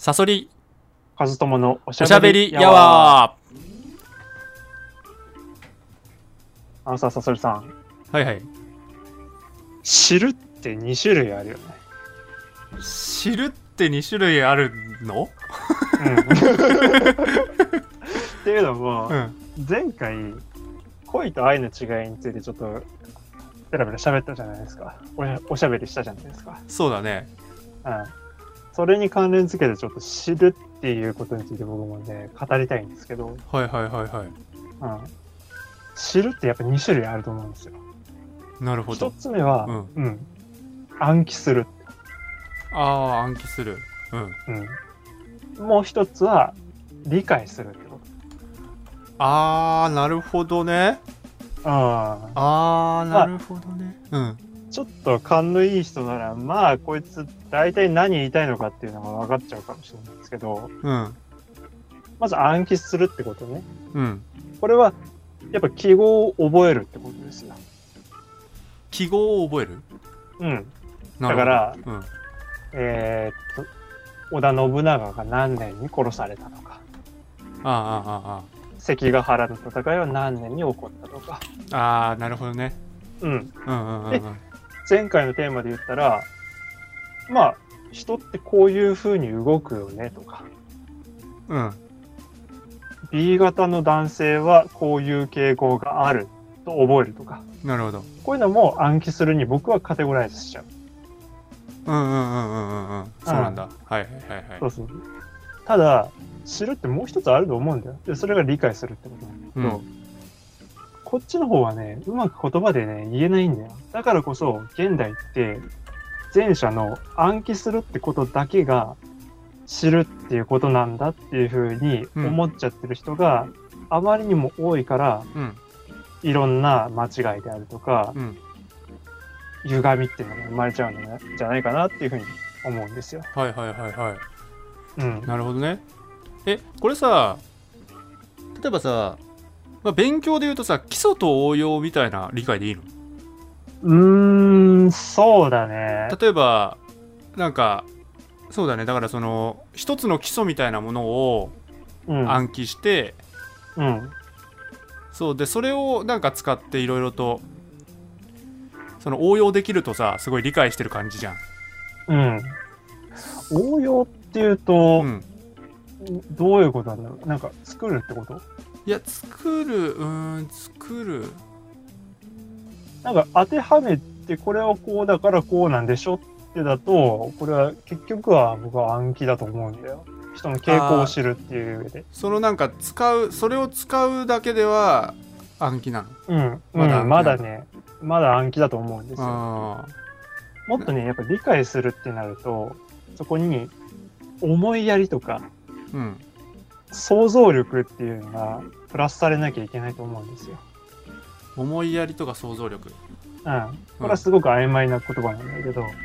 サソリカズトモのおしおしゃべゃべりりやわあのさ、サソリさん、 ー。はいはい。 汁って2種類あるよね。 汁って2種類あるの？ っていうのも、 うん前回恋と愛の違いについてちょっとペラペラ喋ったじゃないですか。おしゃべりしたじゃないですか。 そうだね。 それに関連付けてちょっと汁っていうことについて僕もね語りたいんですけど、 はいはいはいは汁ってやっぱ2種類あると思うんですよ。 い。なるほ一ど。 つ目は、暗記する。 暗記する。 もう一つは理解するってこと。 なるほどね。なるほどね。 ちょっと勘のいい人なら、まあこいつ大体何言いたいのかっていうのが分かっちゃうかもしれないんですけど、まず暗記するってことね。これはやっぱ記号を覚えるってことですよ。 記号を覚える？ だから、織田信長が何年に殺されたとか、関ヶ原の戦いは何年に起こったとか。 なるほどね。 で、前回のテーマで言ったら、まあ人ってこういう風に動くよねとか、B 型の男性はこういう傾向があると覚えるとか。 なるほど。 こういうのも暗記するに僕はカテゴライズしちゃう。 そうなんだ。はいはいはいはい。 そう。ただ知るってもう一つあると思うんだよ。でそれが理解するってことなんだけど、こっちの方はねうまく言葉でね言えないんだよ。だからこそ現代って前者の暗記するってことだけが知るっていうことなんだっていうふうに思っちゃってる人があまりにも多いから、いろんな間違いであるとか、歪みっていうのが生まれちゃうんじゃないかなっていうふうに思うんですよ。 はいはいはいはい。なるほどね。これさ、例えばさ、勉強で言うとさ、基礎と応用みたいな理解でいいの？ そうだね。 例えばなんかそうだね。だからその一つの基礎みたいなものを暗記して、そうでそれをなんか使っていろいろとその応用できるとさ、すごい理解してる感じじゃん。 応用っていうと、どういうことなんだろう。なんか作るってこと？ いや作るなんか当てはめてこれはこうだからこうなんでしょってだと、これは結局は僕は暗記だと思うんだよ。人の傾向を知るっていう上で。 そのなんかそれを使うだけでは暗記なの？ まだね、まだ暗記だと思うんですよ。もっとね、やっぱ理解するってなると、そこに思いやりとか、想像力っていうのがプラスされなきゃいけないと思うんですよ。 思いやりとか想像力。 これはすごく曖昧な言葉なんだけど、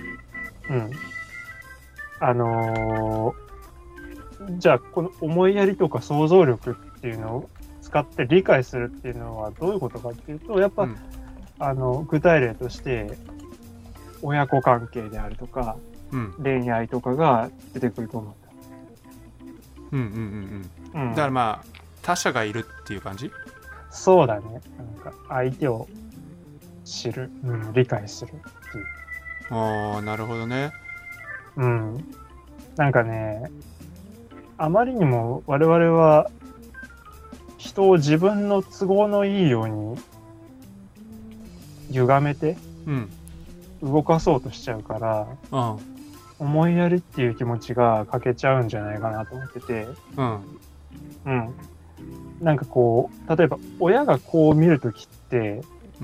じゃあこの思いやりとか想像力っていうのを使って理解するっていうのはどういうことかっていうと、やっぱ、具体例として親子関係であるとか、恋愛とかが出てくると思うん。だからまあ他者がいるっていう感じ？ そうだね。なんか相手を知る、理解するっていう。 なるほどね。 なんかね、あまりにも我々は人を自分の都合のいいように歪めて動かそうとしちゃうから、思いやりっていう気持ちが欠けちゃうんじゃないかなと思ってて、なんかこう例えば親がこう見るときって、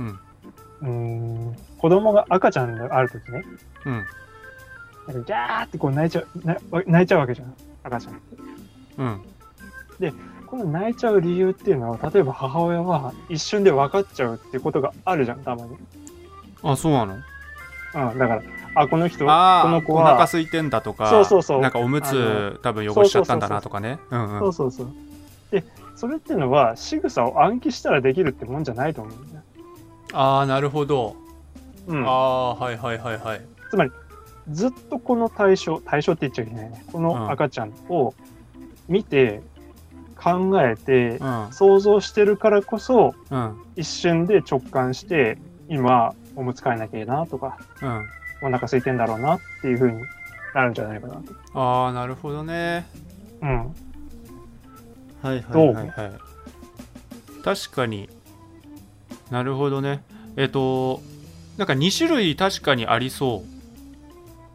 子供が赤ちゃんであるときね、なんかギャーってこう泣いちゃうわけじゃん、赤ちゃんって。でこの泣いちゃう理由っていうのは、例えば母親は一瞬で分かっちゃうっていうことがあるじゃん、たまに。 そうなの？ だからこの子はお腹空いてんだとか、なんかおむつ多分汚しちゃったんだなとかね。 でそれっていうのは仕草を暗記したらできるってもんじゃないと思うんだよ。 なるほど。はいはいはいはい。 つまりずっとこの対象って言っちゃいけないね。この赤ちゃんを見て、考えて、想像してるからこそ、一瞬で直感して、今、おむつ替えなきゃいいなとか、お腹空いてんだろうなっていう風になるんじゃないかなと。 ああ、なるほどね。 うん。 はいはいはいはい。確かになるほどね。なんか2種類確かにありそう、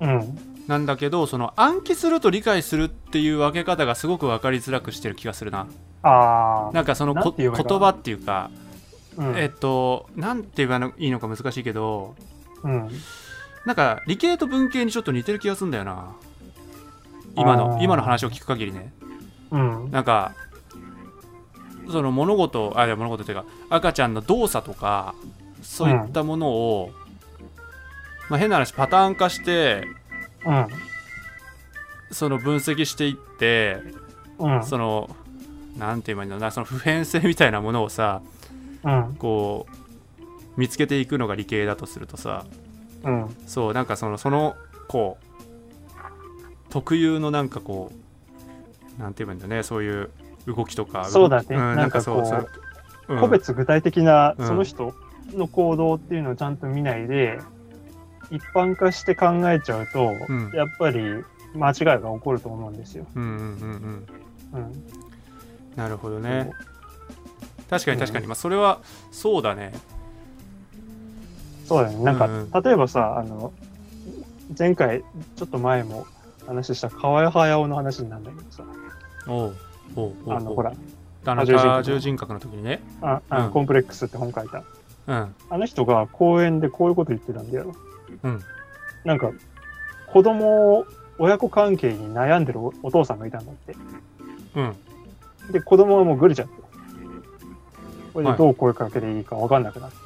なんだけど、その暗記すると理解するっていう分け方がすごく分かりづらくしてる気がするな。なんかその言葉っていうか、なんて言えばいいのか難しいけど、なんか理系と文系にちょっと似てる気がするんだよな、今の話を聞く限りね。なんかその物事っていうか赤ちゃんの動作とかそういったものを、変な話パターン化して、その分析していって、そのなんて言えばいいんだろうな、その普遍性みたいなものをさ、こう見つけていくのが理系だとするとさ、そうなんかそのこう特有のなんかこうなんて言えばいいんだね、そういう動きとか。 そうだね、なんかこう、個別具体的なその人の行動っていうのをちゃんと見ないで、一般化して考えちゃうと、やっぱり間違いが起こると思うんですよ。 なるほどね。確かに確かに、それはそうだね。 そうだね。なんか、例えばさ、前回ちょっと前も話した河合隼の話になるんだけどさ、ほら、 多重人格の時にね、 コンプレックスって本書いた、あの人が講演でこういうこと言ってたんだよ。なんか親子関係に悩んでるお父さんがいたんだって。で子供はもうグレちゃって、これでどう声かけていいか分かんなくなって、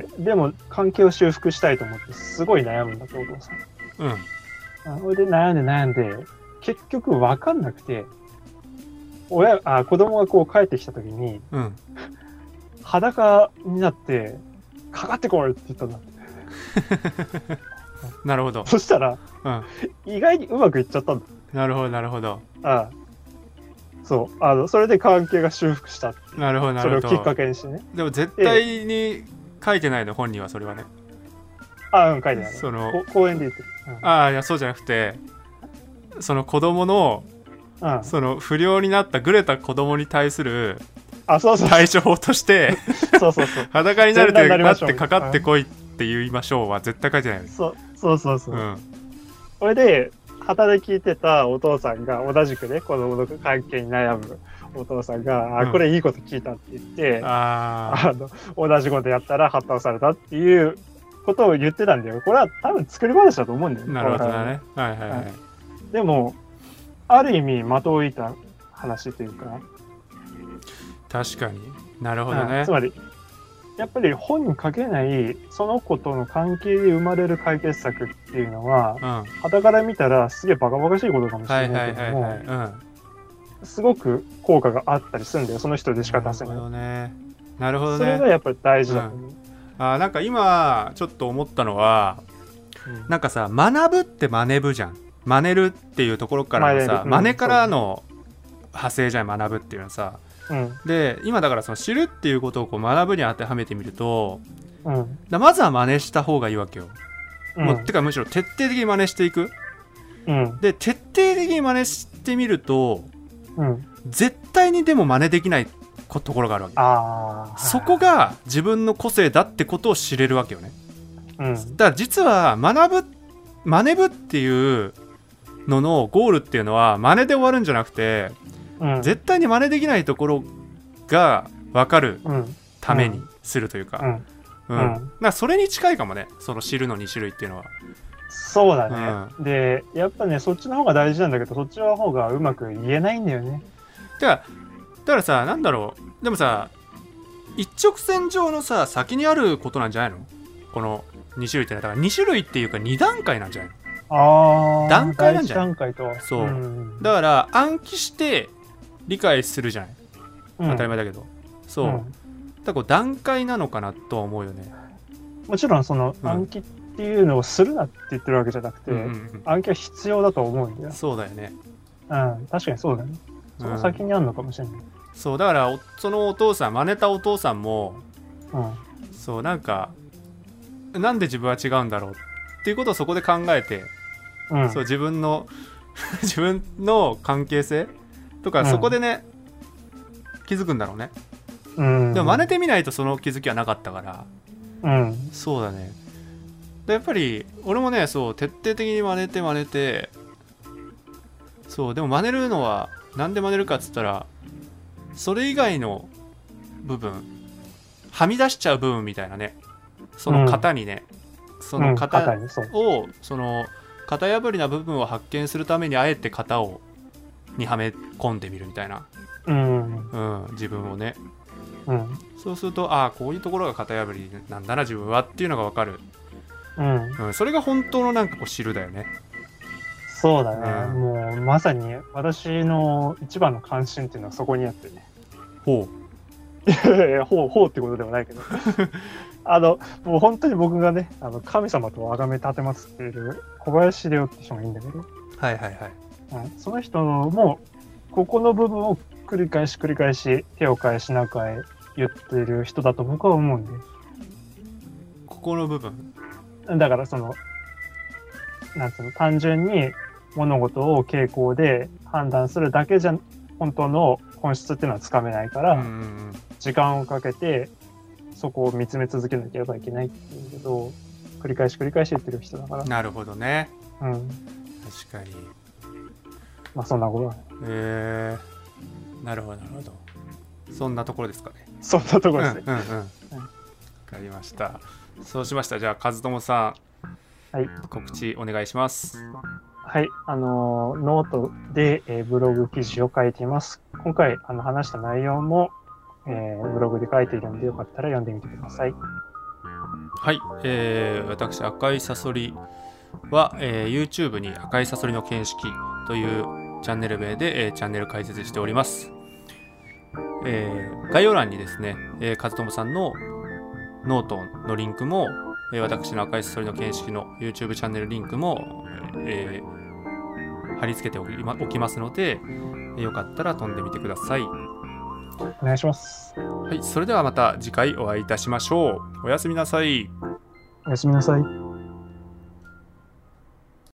でも関係を修復したいと思ってすごい悩むんだってお父さん。それで悩んで結局分かんなくて、子供がこう帰ってきた時に、裸になってかかってこいって言ったんだって。 なるほど。 そしたら、意外にうまくいっちゃったんだ。 なるほどなるほど。 そう、それで関係が修復した。 なるほどなるほど。 それをきっかけにしてね。 でも絶対に書いてないの、本人はそれはね。 書いてない。 その講演で言ってる。 いやそうじゃなくて、その子供の、その不良になったグレた子供に対する対処法として裸になるってなってかかってこいって言いましょうは絶対書いてないよね。 そう。それで旗で聞いてたお父さんが同じくね、子供の関係に悩むお父さんが、これいいこと聞いたって言って、同じことやったら発倒されたっていうことを言ってたんだよ。これは多分作り話だと思うんだよね。 なるほどね。 でもある意味的を射た話というか。 確かに。なるほどね。 つまりやっぱり本に書けないその子との関係で生まれる解決策っていうのは、傍から見たらすげえバカバカしいことかもしれないけども、すごく効果があったりするんだよ、その人でしか出せない。 なるほどね。 それがやっぱり大事だと思う。 なんか今ちょっと思ったのは、なんかさ、学ぶって真似ぶじゃん。真似るっていうところからのさ、真似からの派生じゃん、学ぶっていうのはさ。で今だからその知るっていうことをこう学ぶに当てはめてみると、まずは真似した方がいいわけよ。てかむしろ徹底的に真似していく。で徹底的に真似してみると、絶対にでも真似できないところがあるわけ。そこが自分の個性だってことを知れるわけよね。だから実は真似ぶっていうののゴールっていうのは真似で終わるんじゃなくて、絶対に真似できないところが分かるためにするというか、それに近いかもね、その知るの2種類っていうのは。 そうだね。でやっぱね、そっちの方が大事なんだけど、そっちの方がうまく言えないんだよね。 だからさ、なんだろう、でもさ、一直線上のさ先にあることなんじゃないの、この2種類ってのは。だから2種類っていうか2段階なんじゃないの。段階なんじゃない。そう、だから暗記して理解するじゃない、当たり前だけど、だから段階なのかなとは思うよね。 もちろんその暗記ってっていうのをするなって言ってるわけじゃなくて、暗記は必要だと思うんだよ。 そうだよね。 うん、確かにそうだね。その先にあるのかもしれない。 そうだからそのお父さん、真似たお父さんも、そうなんかなんで自分は違うんだろうっていうことをそこで考えて、そう自分の自分の関係性とか、そこでね、気づくんだろうね。でも真似てみないとその気づきはなかったから、そうだね。でやっぱり俺もね、そう徹底的に真似て、そうでも真似るのはなんで真似るかっつったら、それ以外の部分、はみ出しちゃう部分みたいなね、その型にね、その型を、その型破りな部分を発見するためにあえて型にはめ込んでみるみたいな、自分をね、そうすると、ああこういうところが型破りなんだな自分はっていうのが分かる、それが本当のなんかこう知るだよね。 そうだね、もうまさに私の一番の関心っていうのはそこにあってね。ほうってことではないけどもう本当に僕がね、神様と崇め立てまつっている小林秀夫って人がいいんだけど、その人もここの部分を繰り返し手を変え品変え言っている人だと僕は思うんで。 ここの部分だからそのなんつうの、単純に物事を傾向で判断するだけじゃ本当の本質っていうのはつかめないから、時間をかけてそこを見つめ続けなければいけないっていうことを繰り返し言ってる人だから。 なるほどね。確かに。 まあそんなことはなるほど。そんなところですかね。 そんなところですね。 わかりました。そうしました。じゃあ和友さん、告知お願いします。 はい、ノートで、ブログ記事を書いています。今回話した内容も、ブログで書いているのでよかったら読んでみてください。 はい、私赤いサソリは、YouTube に赤いサソリの見識というチャンネル名で、チャンネル開設しております。概要欄にですね、和友さんのノートのリンクも、私の赤いサソリの見識の YouTube チャンネルリンクも、貼り付けておきますので、よかったら飛んでみてください。 お願いします。 はい、それではまた次回お会いいたしましょう。おやすみなさい。 おやすみなさい。